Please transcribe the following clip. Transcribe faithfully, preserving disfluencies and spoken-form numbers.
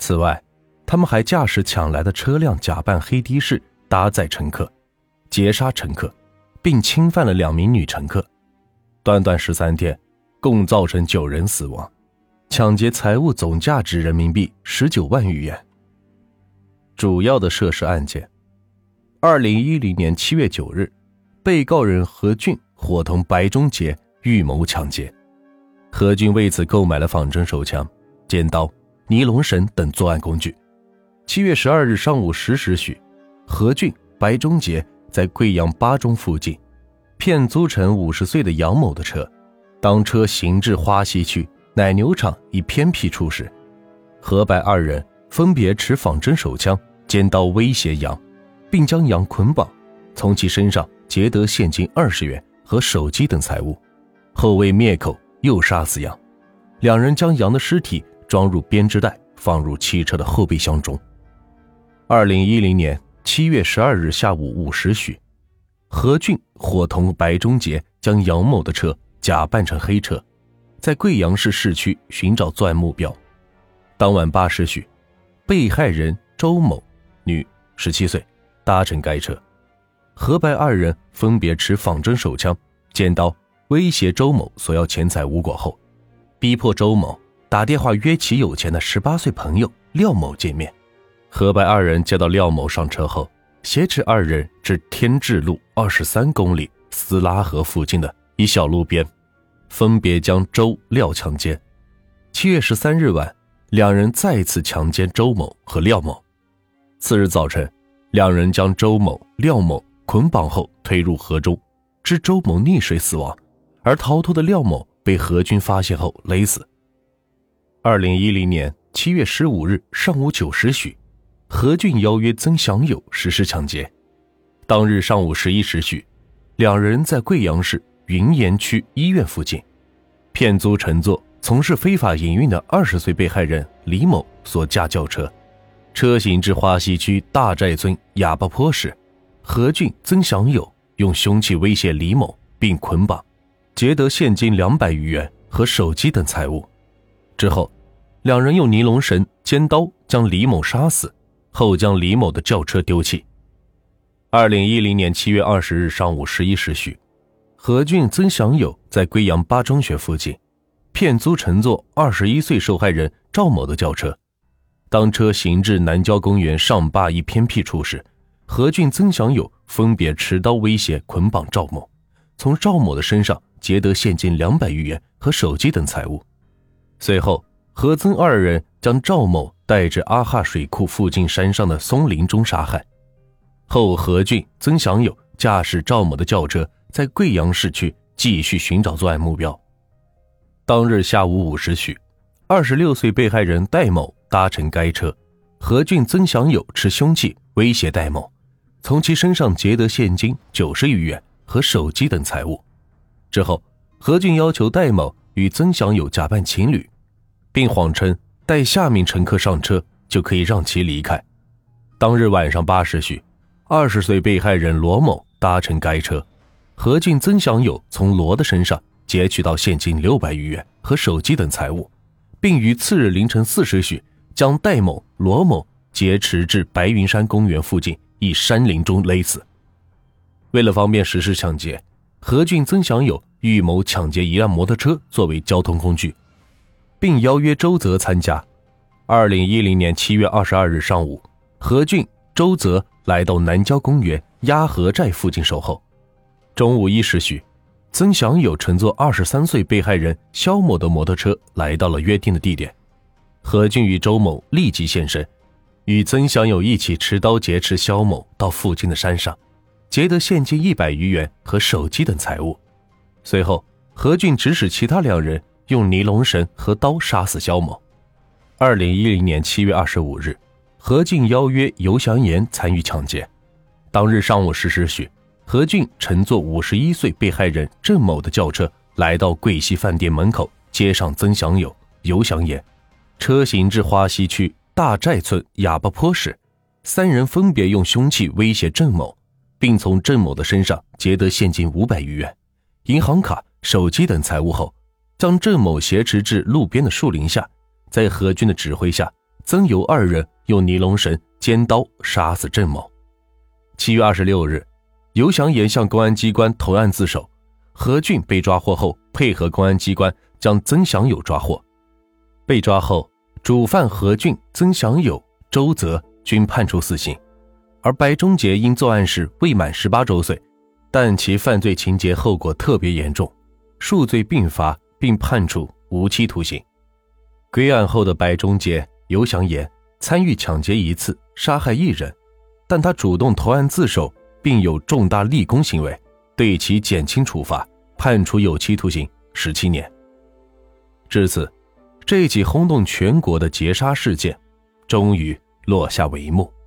此外，他们还驾驶抢来的车辆假扮黑的士搭载乘客，劫杀乘客，并侵犯了两名女乘客。短短十三天，共造成九人死亡，抢劫财物总价值人民币十九万余元。主要的涉事案件：二零一零年七月九日，被告人何俊伙同白忠杰预谋抢劫。何俊为此购买了仿真手枪、尖刀、尼龙绳等作案工具。七月十二日上午十时许，何俊、白忠杰在贵阳八中附近骗租乘五十岁的杨某的车，当车行至花溪区奶牛场一偏僻处时，何白二人分别持仿真手枪、尖刀威胁杨，并将杨捆绑，从其身上劫得现金二十元和手机等财物，后为灭口又杀死杨。两人将杨的尸体装入编织袋，放入汽车的后备箱中。二零一零年七月十二日下午五时许，何俊伙同白忠杰将杨某的车假扮成黑车，在贵阳市市区寻找作案目标。当晚八时许，被害人周某，女，十七岁，搭乘该车。何白二人分别持仿真手枪、尖刀威胁周某索要钱财无果后，逼迫周某打电话约其有钱的十八岁朋友廖某见面。何白二人接到廖某上车后，挟持二人至天智路二十三公里斯拉河附近的一小路边，分别将周、廖强奸。七月十三日晚，两人再次强奸周某和廖某。次日早晨，两人将周某、廖某捆绑后推入河中，致周某溺水死亡，而逃脱的廖某被何军发现后勒死。二零一零年七月十五日上午九时许，何俊邀约曾祥友实施抢劫。当日上午十一时许，两人在贵阳市云岩区医院附近骗租乘坐从事非法营运的二十岁被害人李某所驾轿车，车行至花溪区大寨村哑巴坡时，何俊、曾祥友用凶器威胁李某并捆绑，劫得现金两百余元和手机等财物。之后，两人用尼龙绳、尖刀将李某杀死，后将李某的轿车丢弃。二零一零年七月二十日上午十一时许，何俊、曾祥友在贵阳八中学附近骗租乘坐二十一岁受害人赵某的轿车，当车行至南郊公园上坝一偏僻处时，何俊、曾祥友分别持刀威胁捆绑赵某，从赵某的身上劫得现金两百余元和手机等财物。随后，何曾二人将赵某带至阿哈水库附近山上的松林中杀害。后何俊、曾祥友驾驶赵某的轿车在贵阳市区继续寻找作案目标。当日下午五时许，二十六岁被害人戴某搭乘该车，何俊、曾祥友持凶器威胁戴某，从其身上劫得现金九十余元和手机等财物。之后，何俊要求戴某与曾祥友假扮情侣，并谎称带下名乘客上车就可以让其离开。当日晚上八时许，二十岁被害人罗某搭乘该车，何俊、曾祥友从罗的身上劫取到现金六百余元和手机等财物，并于次日凌晨四时许将戴某、罗某劫持至白云山公园附近一山林中勒死。为了方便实施抢劫，何俊、曾祥友预谋抢劫一辆摩托车作为交通工具，并邀约周泽参加。二零一零年七月二十二日上午，何俊、周泽来到南郊公园鸭河寨附近守候。中午一时许，曾祥友乘坐二十三岁被害人肖某的摩托车来到了约定的地点。何俊与周某立即现身，与曾祥友一起持刀劫持肖某到附近的山上，劫得现金一百余元和手机等财物。随后，何俊指使其他两人用尼龙绳和刀杀死肖某。二零一零年七月二十五日，何俊邀约尤祥岩参与抢劫。当日上午十时许，何俊乘坐五十一岁被害人郑某的轿车来到桂溪饭店门口，接上曾祥友、尤祥岩，车行至花溪区大寨村哑巴坡时，三人分别用凶器威胁郑某，并从郑某的身上劫得现金五百余元、银行卡、手机等财物后，将郑某挟持至路边的树林下，在何军的指挥下曾游二人用尼龙绳、尖刀杀死郑某。七月二十六日，游祥岩向公安机关投案自首，何俊被抓获后配合公安机关将曾祥友抓获。被抓后，主犯何俊、曾祥友、周泽均判处死刑，而白忠杰因作案时未满十八周岁，但其犯罪情节后果特别严重，数罪并罚，并判处无期徒刑。归案后的白忠杰、游祥岩参与抢劫一次，杀害一人，但他主动投案自首，并有重大立功行为，对其减轻处罚，判处有期徒刑十七年。至此，这起轰动全国的劫杀事件终于落下帷幕。